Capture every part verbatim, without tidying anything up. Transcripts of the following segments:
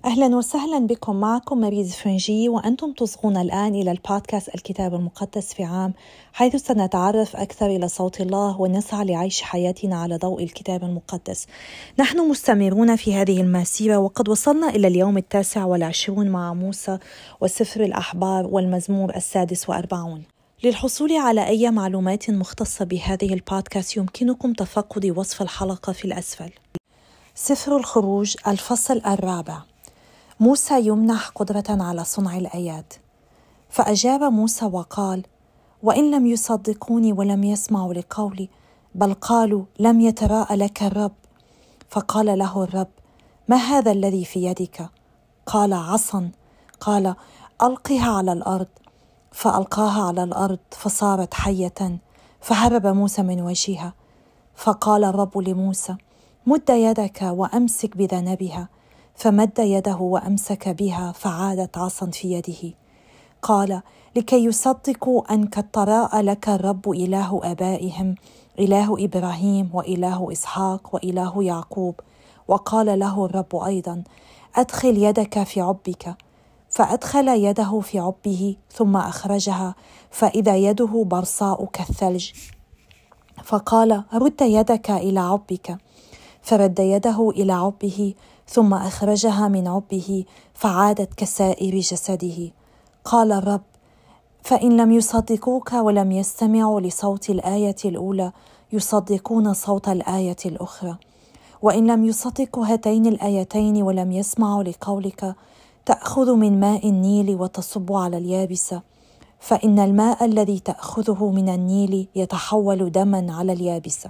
أهلا وسهلا بكم. معكم مريز فرنجي، وأنتم تصغون الآن إلى البودكاست الكتاب المقدس في عام، حيث سنتعرف أكثر إلى صوت الله ونسعى لعيش حياتنا على ضوء الكتاب المقدس. نحن مستمرون في هذه المسيرة، وقد وصلنا إلى اليوم التاسع والعشرون مع موسى وسفر الأحبار والمزمور السادس وأربعون. للحصول على أي معلومات مختصة بهذه البودكاست يمكنكم تفقد وصف الحلقة في الأسفل. سفر الخروج الفصل الرابع. موسى يمنح قدرة على صنع الآيات. فأجاب موسى وقال: وإن لم يصدقوني ولم يسمعوا لقولي، بل قالوا لم يتراءى لك الرب. فقال له الرب: ما هذا الذي في يدك؟ قال: عصا. قال: ألقها على الأرض. فألقاها على الأرض فصارت حية، فهرب موسى من وجهها. فقال الرب لموسى: مد يدك وأمسك بذنبها. فمد يده وأمسك بها، فعادت عصا في يده. قال: لكي يصدقوا أن قد تراءى لك الرب إله آبائهم، إله إبراهيم وإله إسحاق وإله يعقوب. وقال له الرب أيضا: أدخل يدك في عبك. فأدخل يده في عبه ثم أخرجها، فإذا يده برصاء كالثلج. فقال: رد يدك إلى عبك. فرد يده إلى عبه ثم أخرجها من عبه، فعادت كسائر جسده. قال الرب: فإن لم يصدقوك ولم يستمعوا لصوت الآية الأولى، يصدقون صوت الآية الأخرى. وإن لم يصدقوا هاتين الآيتين ولم يسمعوا لقولك، تأخذ من ماء النيل وتصب على اليابسة، فإن الماء الذي تأخذه من النيل يتحول دما على اليابسة.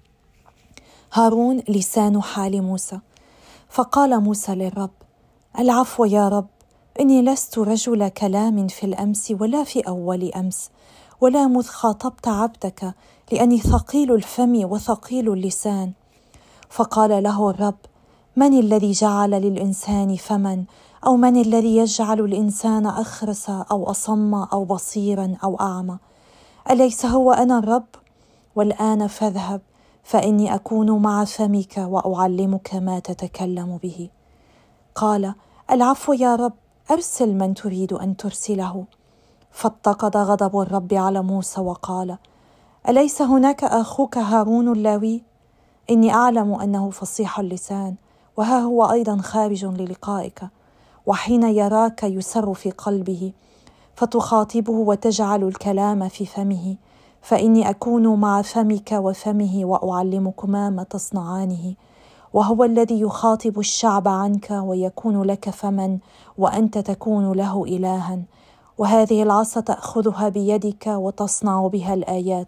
هارون لسان حال موسى. فقال موسى للرب: العفو يا رب، إني لست رجل كلام في الأمس ولا في أول أمس، ولا مذ خاطبت عبدك، لأني ثقيل الفم وثقيل اللسان. فقال له الرب: من الذي جعل للإنسان فما؟ أو من الذي يجعل الإنسان أخرس أو أصم أو بصيرا أو أعمى؟ أليس هو أنا الرب؟ والآن فاذهب، فإني أكون مع فمك وأعلمك ما تتكلم به. قال: العفو يا رب، أرسل من تريد أن ترسله. فاتقد غضب الرب على موسى وقال: أليس هناك أخوك هارون اللاوي؟ إني أعلم أنه فصيح اللسان، وها هو أيضا خارج للقائك، وحين يراك يسر في قلبه، فتخاطبه وتجعل الكلام في فمه، فإني أكون مع فمك وفمه وأعلمكما ما تصنعانه. وهو الذي يخاطب الشعب عنك ويكون لك فما، وأنت تكون له إلها. وهذه العصا تأخذها بيدك وتصنع بها الآيات.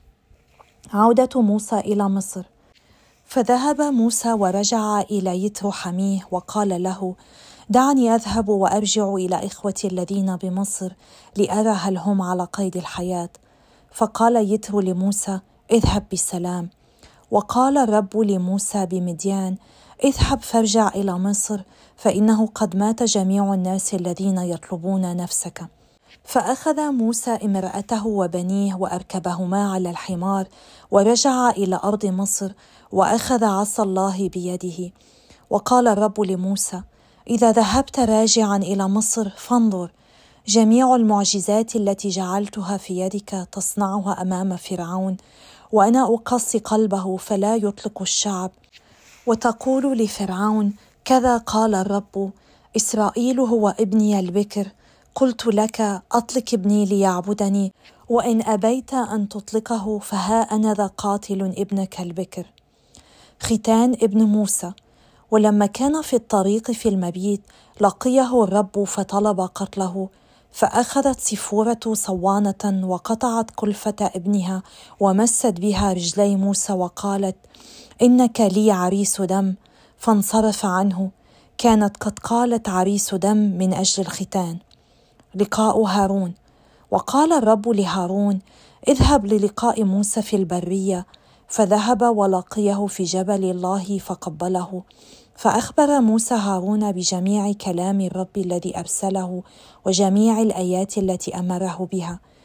عودة موسى إلى مصر. فذهب موسى ورجع إلى يترو حميه، وقال له: دعني أذهب وأرجع إلى إخوتي الذين بمصر، لأرى هل هم على قيد الحياة. فقال يترو لموسى: اذهب بسلام. وقال الرب لموسى بمديان: اذهب فارجع إلى مصر، فإنه قد مات جميع الناس الذين يطلبون نفسك. فأخذ موسى امرأته وبنيه وأركبهما على الحمار، ورجع إلى أرض مصر، وأخذ عصا الله بيده. وقال الرب لموسى: إذا ذهبت راجعا إلى مصر، فانظر، جميع المعجزات التي جعلتها في يدك تصنعها أمام فرعون، وأنا أقص قلبه فلا يطلق الشعب. وتقول لفرعون: كذا قال الرب، إسرائيل هو ابني البكر، قلت لك أطلق ابني ليعبدني، وإن أبيت أن تطلقه فها أنا ذا قاتل ابنك البكر. ختان ابن موسى. ولما كان في الطريق في المبيت، لقيه الرب فطلب قتله، فأخذت سفورة صوانة وقطعت كلفة ابنها ومست بها رجلي موسى وقالت: إنك لي عريس دم. فانصرف عنه. كانت قد قالت عريس دم من أجل الختان. لقاء هارون. وقال الرب لهارون: اذهب للقاء موسى في البرية. فذهب ولقيه في جبل الله فقبله. فأخبر موسى هارون بجميع كلام الرب الذي أرسله وجميع الآيات التي أمره بها.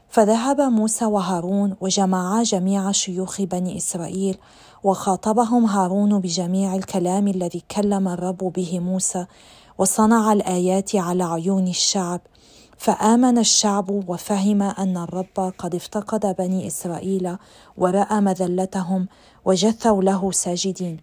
فذهب موسى وهارون وجمعا جميع شيوخ بني إسرائيل، وخاطبهم هارون بجميع الكلام الذي كلم الرب به موسى، وصنع الآيات على عيون الشعب. فآمن الشعب وفهم أن الرب قد افتقد بني إسرائيل ورأى مذلتهم، وجثوا له ساجدين.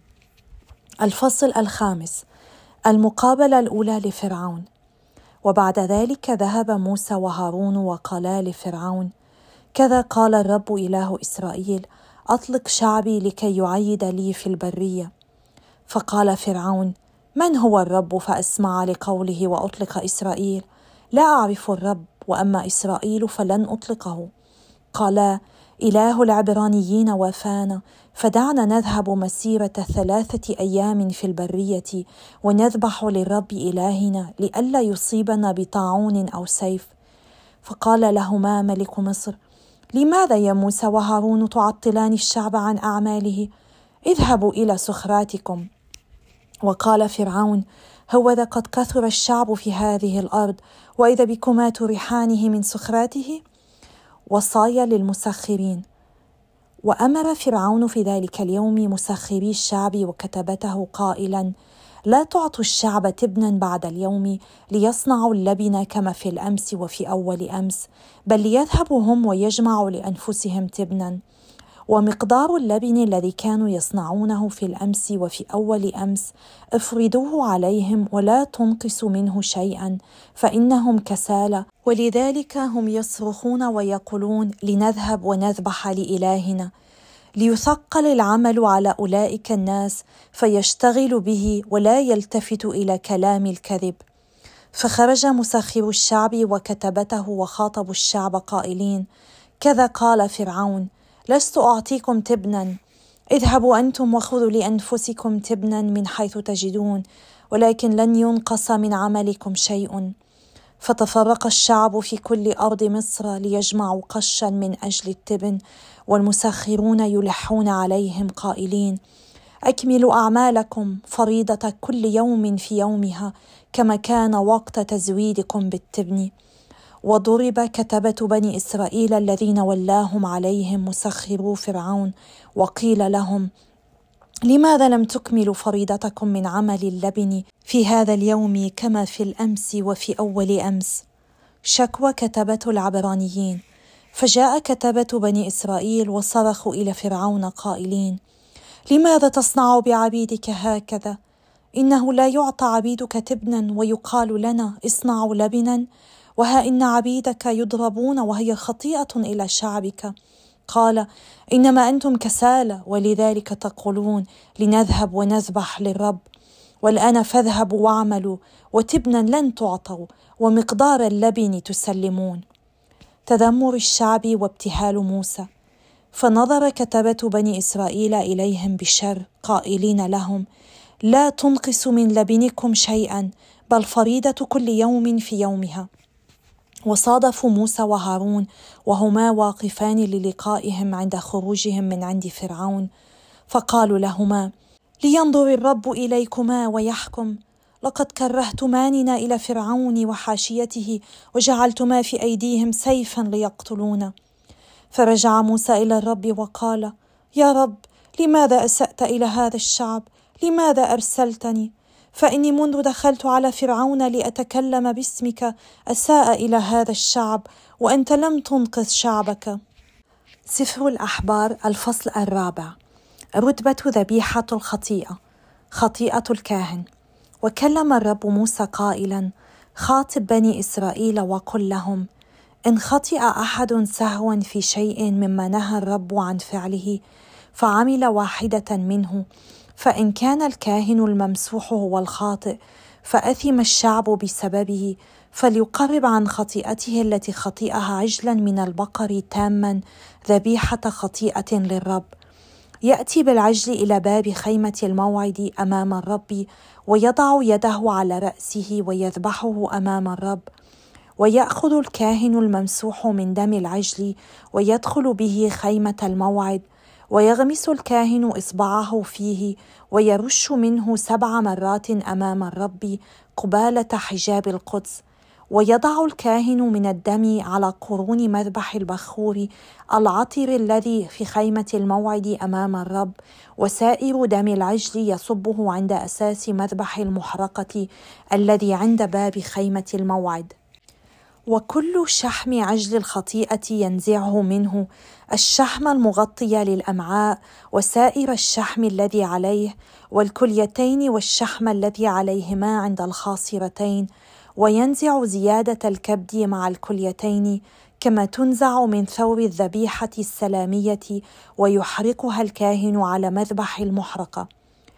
الفصل الخامس: المقابلة الأولى لفرعون. وبعد ذلك ذهب موسى وهارون وقالا لفرعون: كذا قال الرب إله إسرائيل: أطلق شعبي لكي يعيد لي في البرية. فقال فرعون: من هو الرب فأسمع لقوله وأطلق إسرائيل؟ لا أعرف الرب، وأما إسرائيل فلن أطلقه. قالا: إله العبرانيين وافانا، فدعنا نذهب مسيرة ثلاثة أيام في البرية ونذبح للرب إلهنا لئلا يصيبنا بطاعون أو سيف. فقال لهما ملك مصر: لماذا يا موسى وهارون تعطلان الشعب عن أعماله؟ اذهبوا إلى سخراتكم. وقال فرعون: هوذا قد كثر الشعب في هذه الأرض، وإذا بكما تريحانه من سخراته. وصايا للمسخرين. وأمر فرعون في ذلك اليوم مسخري الشعب وكتبته قائلا: لا تعطوا الشعب تبنا بعد اليوم ليصنعوا اللبن كما في الأمس وفي أول أمس، بل ليذهبوا هم ويجمعوا لأنفسهم تبنا، ومقدار اللبن الذي كانوا يصنعونه في الأمس وفي أول أمس افرضوه عليهم، ولا تنقصوا منه شيئا، فإنهم كسالى، ولذلك هم يصرخون ويقولون: لنذهب ونذبح لإلهنا. ليثقل العمل على أولئك الناس فيشتغل به ولا يلتفت إلى كلام الكذب. فخرج مسخر الشعب وكتبته وخاطبوا الشعب قائلين: كذا قال فرعون: لست أعطيكم تبنا، اذهبوا أنتم وخذوا لأنفسكم تبنا من حيث تجدون، ولكن لن ينقص من عملكم شيء. فتفرق الشعب في كل أرض مصر ليجمعوا قشا من أجل التبن، والمسخرون يلحون عليهم قائلين: أكملوا أعمالكم فريضة كل يوم في يومها، كما كان وقت تزويدكم بالتبن. وضرب كتبة بني إسرائيل الذين ولاهم عليهم مسخرو فرعون، وقيل لهم: لماذا لم تكملوا فريضتكم من عمل اللبن في هذا اليوم كما في الأمس وفي أول أمس؟ شكوى كتبة العبرانيين. فجاء كتبة بني إسرائيل وصرخوا إلى فرعون قائلين: لماذا تصنع بعبيدك هكذا؟ إنه لا يعطى عبيدك تبنا ويقال لنا: اصنعوا لبنا، وها إن عبيدك يضربون وهي خطيئة إلى شعبك. قال: إنما أنتم كسالى، ولذلك تقولون: لنذهب ونذبح للرب. والآن فاذهبوا واعملوا، وتبنا لن تعطوا، ومقدار اللبن تسلمون. تذمر الشعب وابتهال موسى. فنظر كتبة بني إسرائيل إليهم بشر قائلين لهم: لا تنقصوا من لبنكم شيئا، بل فريضة كل يوم في يومها. وصادفوا موسى وهارون وهما واقفان للقائهم عند خروجهم من عند فرعون، فقالوا لهما: لينظر الرب إليكما ويحكم، لقد كرهتماننا إلى فرعون وحاشيته، وجعلتما في أيديهم سيفا ليقتلونا. فرجع موسى إلى الرب وقال: يا رب، لماذا أسأت إلى هذا الشعب؟ لماذا أرسلتني؟ فإني منذ دخلت على فرعون لأتكلم باسمك أساء إلى هذا الشعب، وأنت لم تنقذ شعبك. سفر الأحبار الفصل الرابع. رتبة ذبيحة الخطيئة. خطيئة الكاهن. وكلم الرب موسى قائلا: خاطب بني إسرائيل وقل لهم: إن خطئ أحد سهوا في شيء مما نهى الرب عن فعله فعمل واحدة منه، فإن كان الكاهن الممسوح هو الخاطئ فأثم الشعب بسببه، فليقرب عن خطيئته التي خطئها عجلا من البقر تاما ذبيحة خطيئة للرب. يأتي بالعجل إلى باب خيمة الموعد أمام الرب، ويضع يده على رأسه ويذبحه أمام الرب. ويأخذ الكاهن الممسوح من دم العجل ويدخل به خيمة الموعد، ويغمس الكاهن إصبعه فيه ويرش منه سبع مرات أمام الرب قبالة حجاب القدس، ويضع الكاهن من الدم على قرون مذبح البخور العطر الذي في خيمة الموعد أمام الرب، وسائر دم العجل يصبه عند أساس مذبح المحرقة الذي عند باب خيمة الموعد. وكل شحم عجل الخطيئة ينزعه منه، الشحم المغطي للأمعاء وسائر الشحم الذي عليه، والكليتين والشحم الذي عليهما عند الخاصرتين، وينزع زيادة الكبد مع الكليتين كما تنزع من ثور الذبيحة السلامية، ويحرقها الكاهن على مذبح المحرقة.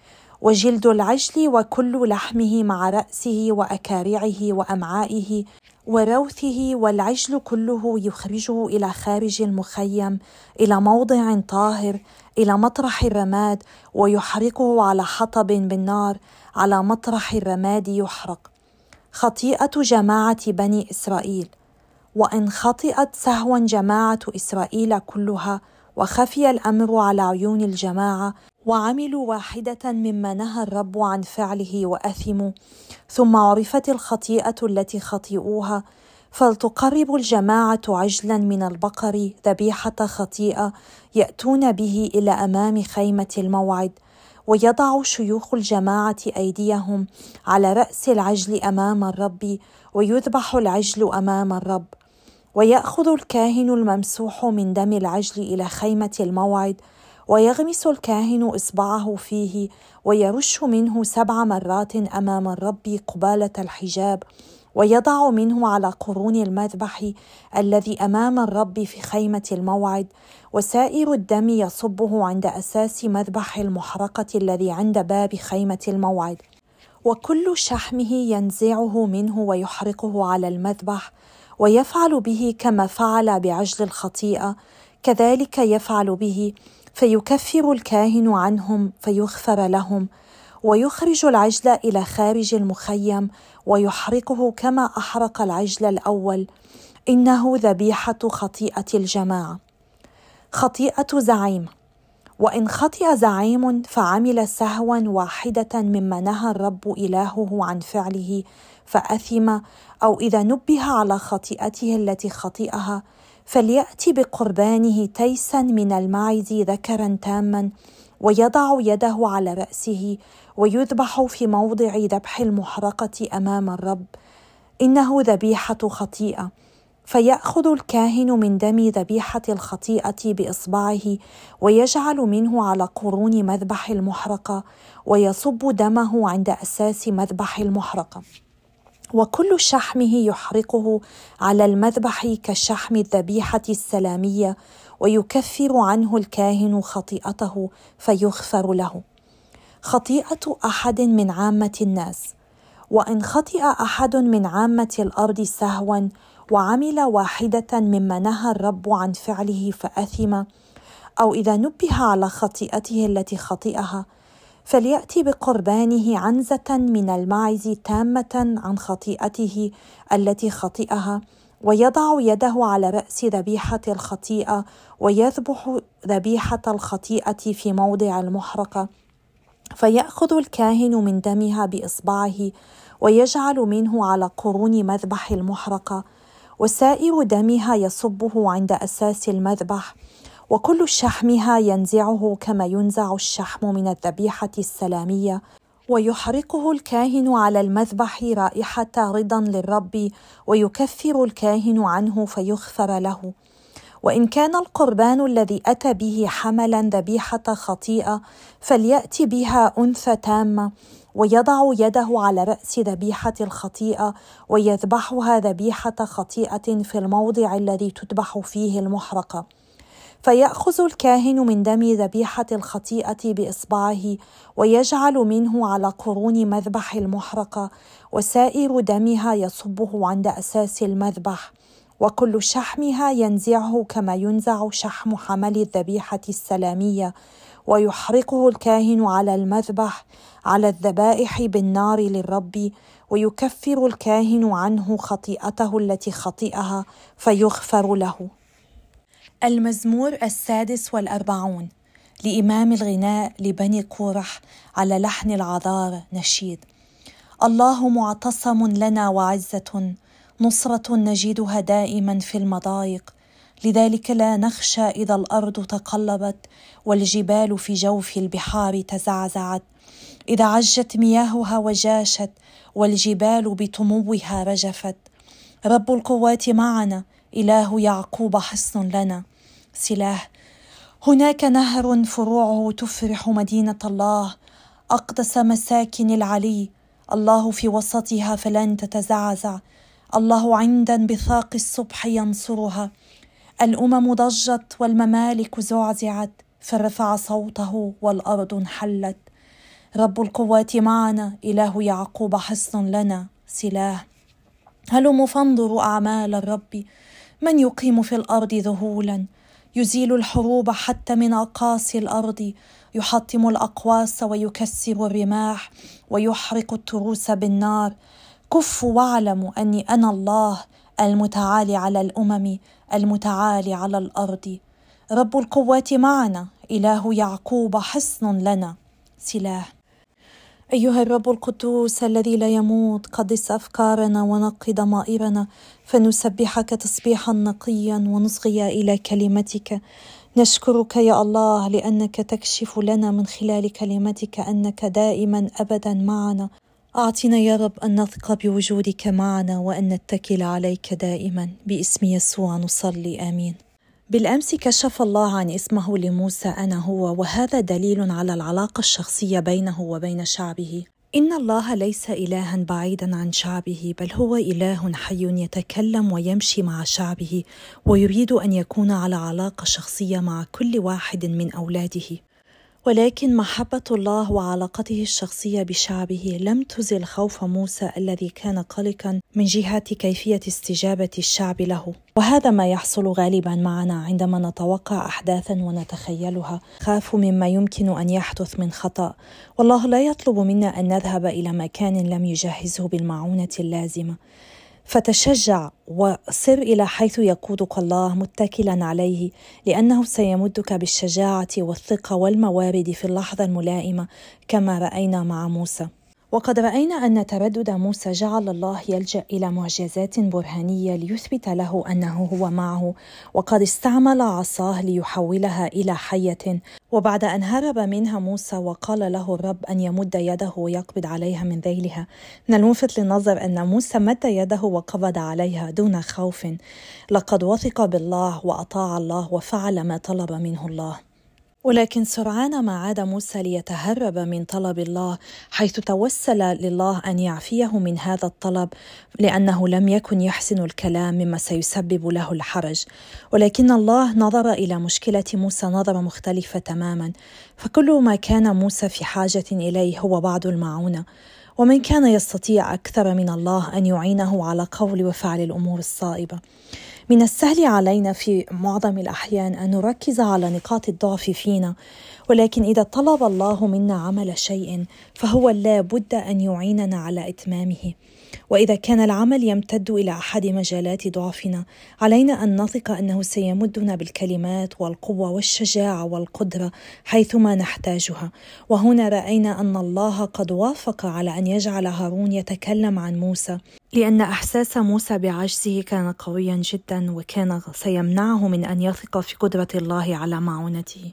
وجلد العجل وكل لحمه مع رأسه وأكارعه وأمعائه وروثه، والعجل كله يخرجه إلى خارج المخيم إلى موضع طاهر إلى مطرح الرماد، ويحرقه على حطب بالنار على مطرح الرماد يحرق. خطيئة جماعة بني إسرائيل. وإن خطئت سهوا جماعة إسرائيل كلها، وخفي الأمر على عيون الجماعة، وعملوا واحدة مما نهى الرب عن فعله وأثموا، ثم عرفت الخطيئة التي خطئوها، فلتقرب الجماعة عجلا من البقر ذبيحة خطيئة يأتون به إلى أمام خيمة الموعد، ويضع شيوخ الجماعة أيديهم على رأس العجل أمام الرب، ويذبح العجل أمام الرب. ويأخذ الكاهن الممسوح من دم العجل إلى خيمة الموعد، ويغمس الكاهن إصبعه فيه، ويرش منه سبع مرات أمام الرب قبالة الحجاب، ويضع منه على قرون المذبح الذي أمام الرب في خيمة الموعد، وسائر الدم يصبه عند أساس مذبح المحرقة الذي عند باب خيمة الموعد. وكل شحمه ينزعه منه ويحرقه على المذبح، ويفعل به كما فعل بعجل الخطيئة، كذلك يفعل به، فيكفر الكاهن عنهم فيغفر لهم، ويخرج العجل إلى خارج المخيم ويحرقه كما أحرق العجل الأول، إنه ذبيحة خطيئة الجماعة. خطيئة زعيم. وإن خطئ زعيم فعمل سهوا واحدة مما نهى الرب إلهه عن فعله فأثم، أو إذا نبه على خطيئته التي خطئها، فليأتي بقربانه تيسا من الماعز ذكرا تاما، ويضع يده على رأسه، ويذبح في موضع ذبح المحرقة أمام الرب، إنه ذبيحة خطيئة. فيأخذ الكاهن من دم ذبيحة الخطيئة بإصبعه، ويجعل منه على قرون مذبح المحرقة، ويصب دمه عند أساس مذبح المحرقة. وكل شحمه يحرقه على المذبح كشحم الذبيحة السلامية، ويكفر عنه الكاهن خطيئته فيغفر له. خطيئة أحد من عامة الناس. وإن خطئ أحد من عامة الأرض سهوا وعمل واحدة مما نهى الرب عن فعله فأثم، أو إذا نبه على خطيئته التي خطئها، فليأتي بقربانه عنزة من الماعز تامة عن خطيئته التي خطئها، ويضع يده على رأس ذبيحة الخطيئة، ويذبح ذبيحة الخطيئة في موضع المحرقة. فيأخذ الكاهن من دمها بإصبعه، ويجعل منه على قرون مذبح المحرقة، وسائر دمها يصبه عند أساس المذبح، وكل شحمها ينزعه كما ينزع الشحم من الذبيحة السلامية، ويحرقه الكاهن على المذبح رائحة رضا للرب، ويكفر الكاهن عنه فيغفر له. وإن كان القربان الذي أتى به حملا ذبيحة خطيئة، فليأتي بها أنثى تامة، ويضع يده على رأس ذبيحة الخطيئة، ويذبحها ذبيحة خطيئة في الموضع الذي تذبح فيه المحرقة. فيأخذ الكاهن من دم ذبيحة الخطيئة بإصبعه، ويجعل منه على قرون مذبح المحرقة، وسائر دمها يصبه عند أساس المذبح، وكل شحمها ينزعه كما ينزع شحم حمل الذبيحة السلامية، ويحرقه الكاهن على المذبح على الذبائح بالنار للرب، ويكفر الكاهن عنه خطيئته التي خطئها فيغفر له. المزمور السادس والأربعون لإمام الغناء لبني قورح على لحن العذار نشيد. الله معتصم لنا وعزة، نصرة نجدها دائما في المضايق، لذلك لا نخشى إذا الأرض تقلبت والجبال في جوف البحار تزعزعت، إذا عجت مياهها وجاشت والجبال بطموها رجفت. رب القوات معنا، إله يعقوب حصن لنا. سلاح. هناك نهر فروعه تفرح مدينة الله، أقدس مساكن العلي، الله في وسطها فلن تتزعزع، الله عند انبثاق الصبح ينصرها. الأمم ضجت والممالك زعزعت، فرفع صوته والأرض انحلت. رب القوات معنا، إله يعقوب حصن لنا. سلاح. هلم فانظروا أعمال الرب، من يقيم في الأرض ذهولا، يزيل الحروب حتى من أقاصي الأرض، يحطم الأقواس ويكسر الرماح ويحرق التروس بالنار. كفوا واعلموا أني أنا الله المتعالي على الأمم، المتعالي على الأرض. رب القوات معنا، إله يعقوب حصن لنا. سلاح. أيها الرب القدوس الذي لا يموت، قدس أفكارنا ونقي ضمائرنا، فنسبحك تسبيحا نقيا ونصغي إلى كلمتك. نشكرك يا الله لأنك تكشف لنا من خلال كلمتك أنك دائما أبدا معنا. أعطنا يا رب أن نثق بوجودك معنا وأن نتكل عليك دائما، باسم يسوع نصلي آمين. بالأمس كشف الله عن اسمه لموسى أنا هو، وهذا دليل على العلاقة الشخصية بينه وبين شعبه. إن الله ليس إلها بعيدا عن شعبه، بل هو إله حي يتكلم ويمشي مع شعبه، ويريد أن يكون على علاقة شخصية مع كل واحد من أولاده. ولكن محبة الله وعلاقته الشخصية بشعبه لم تزل خوف موسى الذي كان قلقا من جهة كيفية استجابة الشعب له. وهذا ما يحصل غالبا معنا عندما نتوقع أحداثا ونتخيلها، خاف مما يمكن أن يحدث من خطأ، والله لا يطلب منا أن نذهب إلى مكان لم يجهزه بالمعونة اللازمة. فتشجع وسر إلى حيث يقودك الله متكلا عليه، لأنه سيمدك بالشجاعة والثقة والموارد في اللحظة الملائمة كما رأينا مع موسى. وقد رأينا أن تردد موسى جعل الله يلجأ إلى معجزات برهانية ليثبت له أنه هو معه، وقد استعمل عصاه ليحولها إلى حية. وبعد أن هرب منها موسى وقال له الرب أن يمد يده ويقبض عليها من ذيلها، من الملفت للنظر أن موسى مد يده وقبض عليها دون خوف، لقد وثق بالله وأطاع الله وفعل ما طلب منه الله. ولكن سرعان ما عاد موسى ليتهرب من طلب الله، حيث توسل لله أن يعفيه من هذا الطلب، لأنه لم يكن يحسن الكلام مما سيسبب له الحرج. ولكن الله نظر إلى مشكلة موسى نظرة مختلفة تماما، فكل ما كان موسى في حاجة إليه هو بعض المعونة. ومن كان يستطيع أكثر من الله أن يعينه على قول وفعل الأمور الصائبة؟ من السهل علينا في معظم الأحيان أن نركز على نقاط الضعف فينا، ولكن إذا طلب الله منا عمل شيء فهو لا بد أن يعيننا على إتمامه. وإذا كان العمل يمتد إلى أحد مجالات ضعفنا، علينا أن نثق أنه سيمدنا بالكلمات والقوة والشجاعة والقدرة حيثما نحتاجها. وهنا رأينا أن الله قد وافق على أن يجعل هارون يتكلم عن موسى، لأن إحساس موسى بعجزه كان قويا جدا، وكان سيمنعه من أن يثق في قدرة الله على معونته.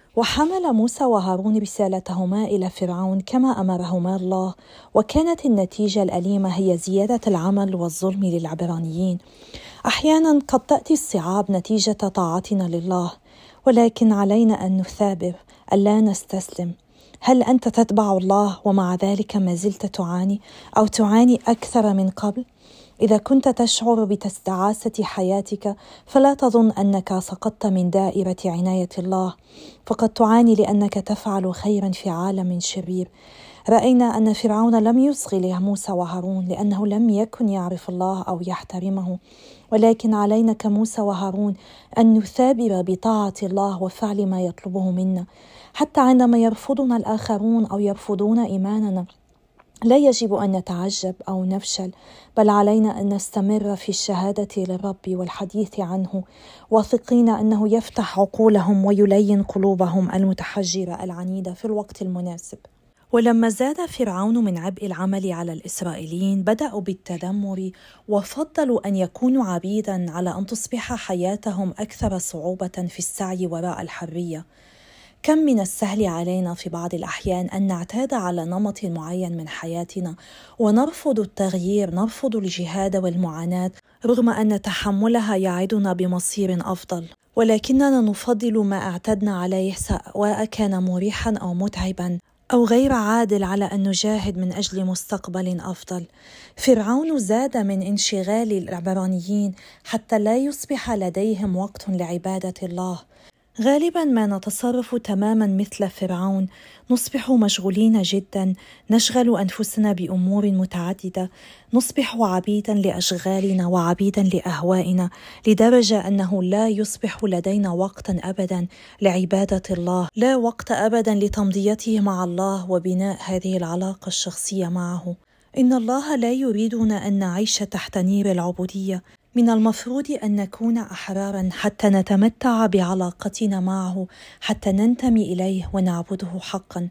وحمل موسى وهارون رسالتهما إلى فرعون كما أمرهما الله، وكانت النتيجة الأليمة هي زيادة العمل والظلم للعبرانيين. أحيانا قد تأتي الصعاب نتيجة طاعتنا لله، ولكن علينا أن نثابر، ألا نستسلم. هل أنت تتبع الله ومع ذلك ما زلت تعاني أو تعاني أكثر من قبل؟ إذا كنت تشعر بتستعاسة حياتك فلا تظن أنك سقطت من دائرة عناية الله، فقد تعاني لأنك تفعل خيرا في عالم شرير. رأينا أن فرعون لم يصغي لموسى وهارون لأنه لم يكن يعرف الله أو يحترمه، ولكن علينا كموسى وهارون أن نثابر بطاعة الله وفعل ما يطلبه منا، حتى عندما يرفضنا الآخرون أو يرفضون إيماننا. لا يجب أن نتعجب أو نفشل، بل علينا أن نستمر في الشهادة للرب والحديث عنه، واثقين أنه يفتح عقولهم ويلين قلوبهم المتحجرة العنيدة في الوقت المناسب. ولما زاد فرعون من عبء العمل على الإسرائيليين بدأوا بالتذمر وفضلوا أن يكونوا عبيداً على أن تصبح حياتهم أكثر صعوبة في السعي وراء الحرية. كم من السهل علينا في بعض الأحيان أن نعتاد على نمط معين من حياتنا ونرفض التغيير، نرفض الجهاد والمعاناة رغم أن تحملها يعدنا بمصير أفضل، ولكننا نفضل ما اعتدنا عليه سواء كان مريحاً أو متعباً أو غير عادل على أن نجاهد من أجل مستقبل أفضل. فرعون زاد من انشغال العبرانيين حتى لا يصبح لديهم وقت لعبادة الله. غالباً ما نتصرف تماماً مثل فرعون، نصبح مشغولين جداً، نشغل أنفسنا بأمور متعددة، نصبح عبيداً لأشغالنا وعبيداً لأهوائنا، لدرجة أنه لا يصبح لدينا وقتاً أبداً لعبادة الله، لا وقت أبداً لتمضيته مع الله وبناء هذه العلاقة الشخصية معه. إن الله لا يريدنا أن نعيش تحت نير العبودية. من المفروض أن نكون أحراراً حتى نتمتع بعلاقتنا معه، حتى ننتمي إليه ونعبده حقاً.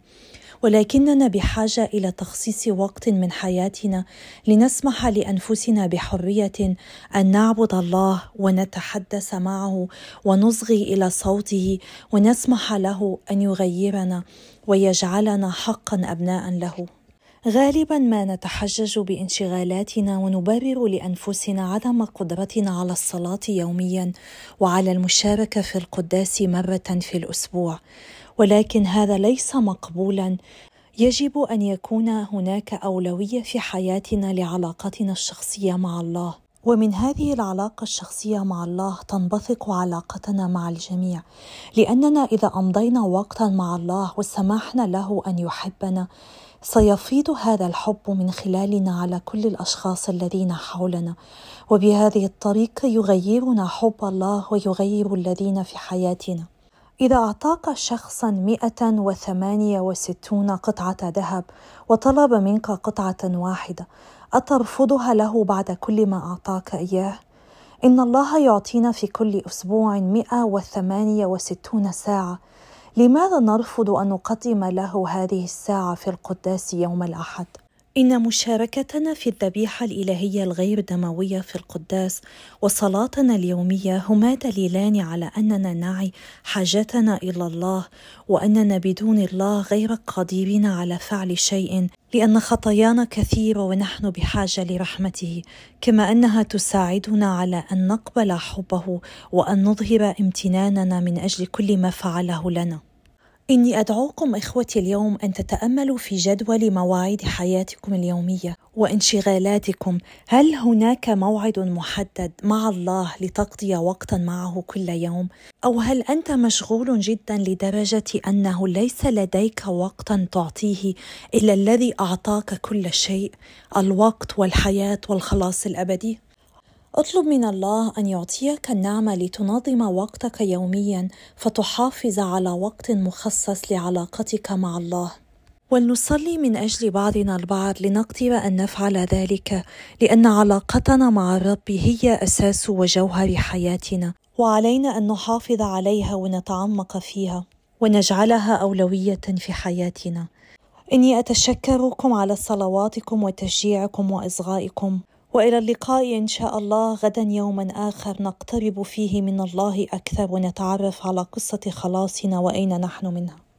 ولكننا بحاجة إلى تخصيص وقت من حياتنا لنسمح لأنفسنا بحرية أن نعبد الله ونتحدث معه ونصغي إلى صوته ونسمح له أن يغيرنا ويجعلنا حقاً أبناء له. غالباً ما نتحجج بانشغالاتنا ونبرر لأنفسنا عدم قدرتنا على الصلاة يومياً وعلى المشاركة في القداس مرة في الأسبوع، ولكن هذا ليس مقبولاً. يجب أن يكون هناك أولوية في حياتنا لعلاقتنا الشخصية مع الله، ومن هذه العلاقة الشخصية مع الله تنبثق علاقتنا مع الجميع، لأننا إذا أمضينا وقتاً مع الله وسمحنا له أن يحبنا سيفيض هذا الحب من خلالنا على كل الأشخاص الذين حولنا، وبهذه الطريقة يغيرنا حب الله ويغير الذين في حياتنا. إذا أعطاك شخصاً مئة وثمانية وستون قطعة ذهب وطلب منك قطعة واحدة، أترفضها له بعد كل ما أعطاك إياه؟ إن الله يعطينا في كل أسبوع مئة وثمانية وستون ساعة، لماذا نرفض أن نقدم له هذه الساعة في القداس يوم الأحد؟ إن مشاركتنا في الذبيحة الإلهية الغير دموية في القداس وصلاتنا اليومية هما دليلان على أننا نعي حاجتنا إلى الله، وأننا بدون الله غير قادرين على فعل شيء، لأن خطايانا كثيرة ونحن بحاجة لرحمته، كما أنها تساعدنا على أن نقبل حبه وأن نظهر امتناننا من أجل كل ما فعله لنا. إني أدعوكم إخوتي اليوم أن تتأملوا في جدول مواعيد حياتكم اليومية وانشغالاتكم. هل هناك موعد محدد مع الله لتقضي وقتا معه كل يوم؟ أو هل أنت مشغول جدا لدرجة أنه ليس لديك وقتا تعطيه إلا الذي أعطاك كل شيء، الوقت والحياة والخلاص الأبدي؟ اطلب من الله أن يعطيك النعمة لتنظم وقتك يومياً فتحافظ على وقت مخصص لعلاقتك مع الله. ولنصلي من أجل بعضنا البعض لنقدر أن نفعل ذلك، لأن علاقتنا مع الرب هي أساس وجوهر حياتنا، وعلينا أن نحافظ عليها ونتعمق فيها ونجعلها أولوية في حياتنا. إني أتشكركم على صلواتكم وتشجيعكم وإصغائكم، وإلى اللقاء إن شاء الله غدا يوما آخر نقترب فيه من الله أكثر ونتعرف على قصة خلاصنا وأين نحن منها.